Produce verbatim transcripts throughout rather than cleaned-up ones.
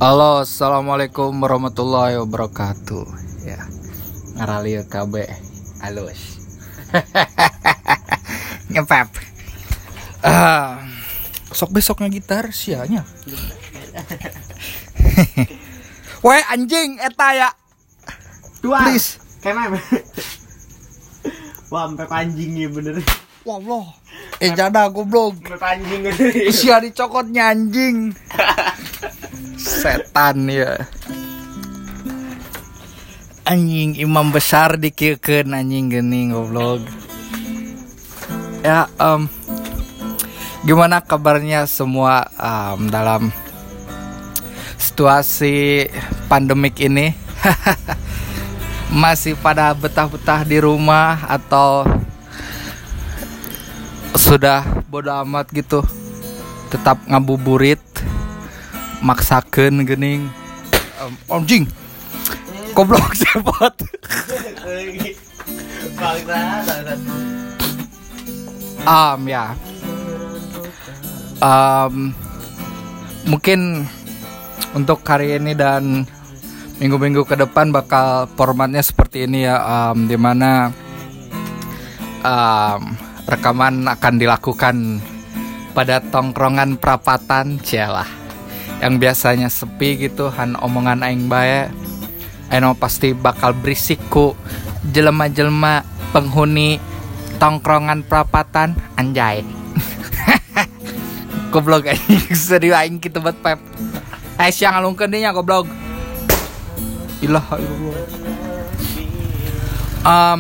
Halo, assalamualaikum warahmatullahi wabarakatuh. Ya, ngarali K B halus. Ngepap. Ah, sok besoknya gitar sianya. Woi anjing eta ya. Dua. Please. Kemana? Wah, sampai panjing ya bener. Wallah. Eh jada goblok. Sampai panjing bener. Sia dicokotnya anjing. Setan ya. Anjing imam besar dikeukeun anjing geuning goblok. Ya, um, gimana kabarnya semua um, dalam situasi pandemik ini? Masih pada betah-betah di rumah atau sudah bodo amat gitu? Tetap ngabuburit, maksakeun geuning. Um, anjing. Goblok sepot. Um ya. Um, mungkin untuk hari ini dan minggu-minggu ke depan bakal formatnya seperti ini ya, um, dimana um, rekaman akan dilakukan pada tongkrongan perapatan, cialah, yang biasanya sepi gitu, han omongan aing bae. Eno pasti bakal berisik ku jelema-jelema penghuni tongkrongan perapatan, anjay. Goblok anjing, serius aing kitu bet pep. Eh siang ngalungkeun dinya goblok. Ilah ilah. Um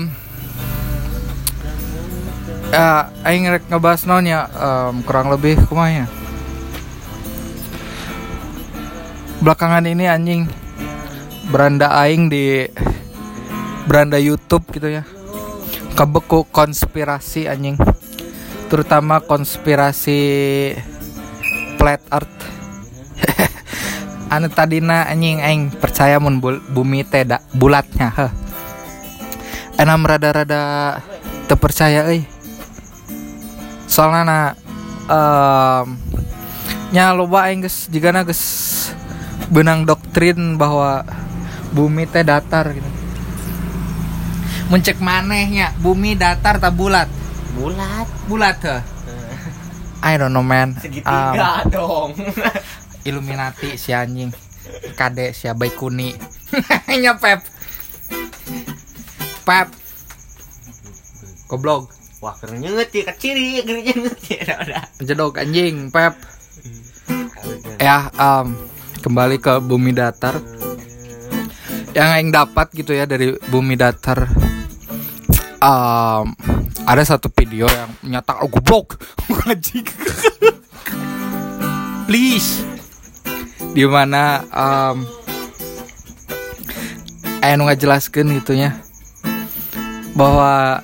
Ya, aing rek ngebahas naon ya, um, kurang lebih kumaha ya. Belakangan ini anjing beranda aing di beranda YouTube gitu ya, kebeku konspirasi anjing, terutama konspirasi flat earth. Anu tadina anjing aing percaya mun bumi teh da bulatnya heh. Enam rada-rada teu percaya euy. Soalna na um, nya loba aing geus jigana geus benang doktrin bahwa bumi teh datar gitu. Muncek manehnya bumi datar ta bulat? Bulat. Bulat heh. I don't know man. Segitiga um, dong. Illuminati si anjing. Kade si Abai Kuni. Nya Pep. Pep. Goblok. Wah, keur nyeungeut ya kaciri, keur nyeungeut ya udah. Jedog anjing, Pep. Ya, um, kembali ke bumi datar. Yang aing dapat gitu ya dari bumi datar, um, ada satu video yang nyatak oh goblok anjing. Please. Di mana um, aya nu ngajelaskeun gitu nya bahwa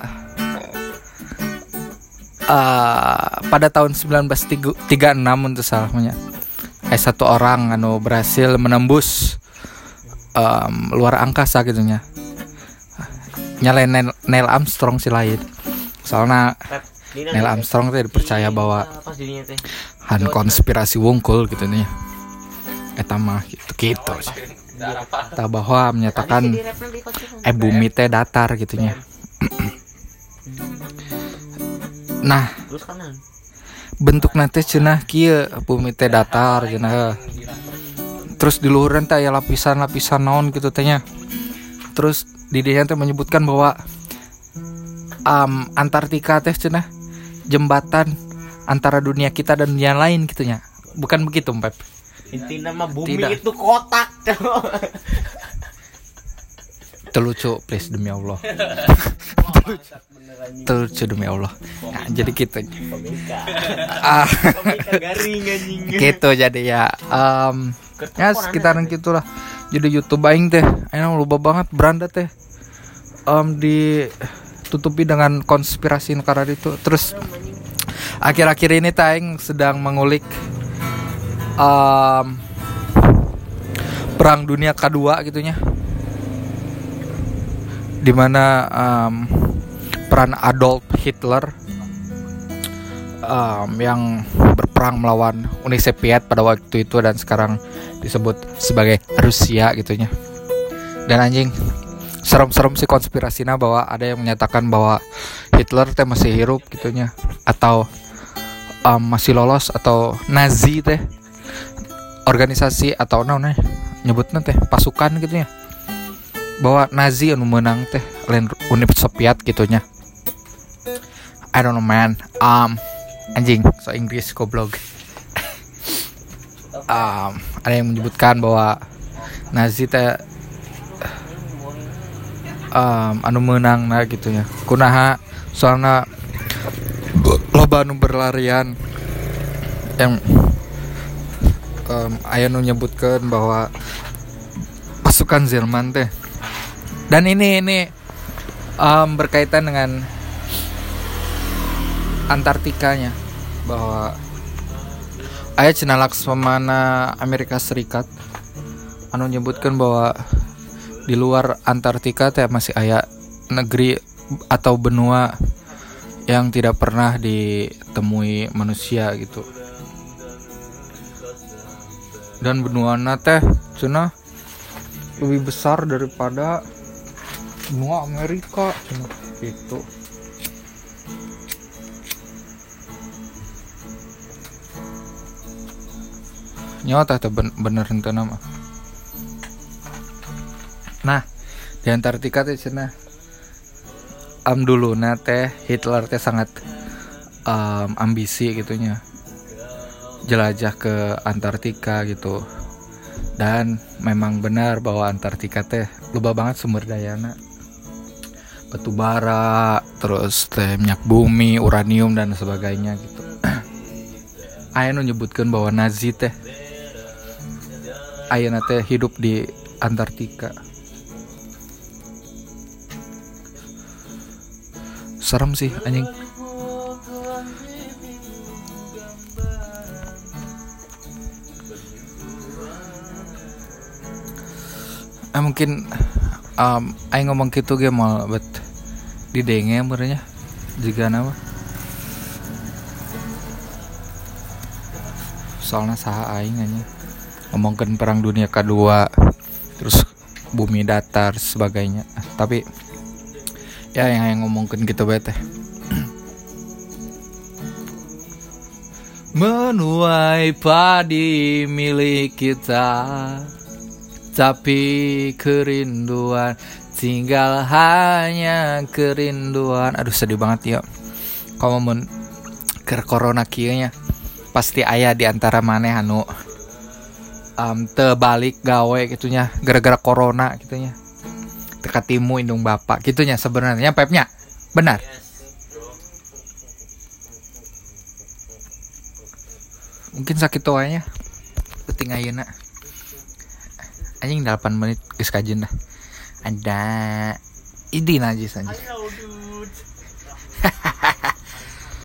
uh, pada tahun sembilan belas tiga puluh enam untuk salahnya ada satu orang anu berhasil menembus um, luar angkasa gitu nya. Nyalain Neil, Neil Armstrong si lain. Soalnya Neil Armstrong teh dipercaya bahwa han konspirasi wungkul gitu nih. Eta mah gitu gitu sih. Tah bahwa menyatakan eh bumi teh datar gitu nya. Nah, bentuk nanti cenah kieu bumi teh datar cenah. Terus di luhureun teh aya lapisan-lapisan naon gitu teh nya. Terus di dinya teh menyebutkan bahwa um, Antartika teh cenah jembatan antara dunia kita dan dunia lain gitu nya. Bukan begitu, Pep? Intinya mah bumi Tidak. itu kotak. Terlucu please demi Allah. Terlucu demi Allah. Nah, jadi gitu. Ah, gitu jadi ya. Um, ya sekitaran gitulah. Jadi YouTube aing teh, aing lupa banget beranda teh. Um, ditutupi dengan konspirasi negara itu. Terus akhir-akhir ini teh aing sedang mengulik um, perang dunia kedua gitunya. Dimana um, peran Adolf Hitler um, yang berperang melawan Uni Soviet pada waktu itu dan sekarang disebut sebagai Rusia gitunya. Dan anjing serem-serem sih konspirasinya bahwa ada yang menyatakan bahwa Hitler teh masih hirup gitunya, atau um, masih lolos, atau Nazi teh organisasi atau naon nyebutnya teh pasukan gitunya, bahwa Nazi anu menang teh lain Uni Soviet gitunya. I don't know man. Um anjing so Inggris goblok. um, ada yang menyebutkan bahwa Nazi teh um, anu menang nah gitunya. Kunaha soalna loba anu berlarian yang um, aya nu nyebutkeun bahwa pasukan Jerman teh. Dan ini ini um, berkaitan dengan Antartikanya, bahwa aya Cina Laksamana Amerika Serikat anu nyebutkan bahwa di luar Antartika teh masih aya negeri atau benua yang tidak pernah ditemui manusia gitu. Dan benuana teh cenah lebih besar daripada benua Amerika cenah gitu. Nyata teh bener henteu nama. Nah, di Antartika teh cenah am duluna teh Hitler teh sangat um, ambisi gitunya. Jelajah ke Antartika gitu. Dan memang benar bahwa Antartika teh loba banget sumber dayana. Batu bara, terus teh minyak bumi, uranium dan sebagainya gitu. Aya nu nyebutkeun bahwa Nazi teh ayeuna teh hidup di Antartika. Serem sih anjing. Eh mungkin um, aing ngomong gitu ge mal bet didenge beurnya juga nama. Soalnya saha aing anjing ngomongkeun perang dunia kedua, terus bumi datar sebagainya. Tapi ya yang yang ngomongkeun gitu bae teh. Menuai padi milik kita, tapi kerinduan tinggal hanya kerinduan. Aduh sedih banget ya. Kalau mun keur corona kieu nya pasti aya di antara maneh anu um, teu balik gawe gitunya gara-gara corona gitunya. Teu katimu indung bapak gitunya sebenarnya Pepnya. Benar. Mungkin sakit tuanya penting ayeuna. Anjing delapan menit geus kajeun dah. Ada idi najis anjing.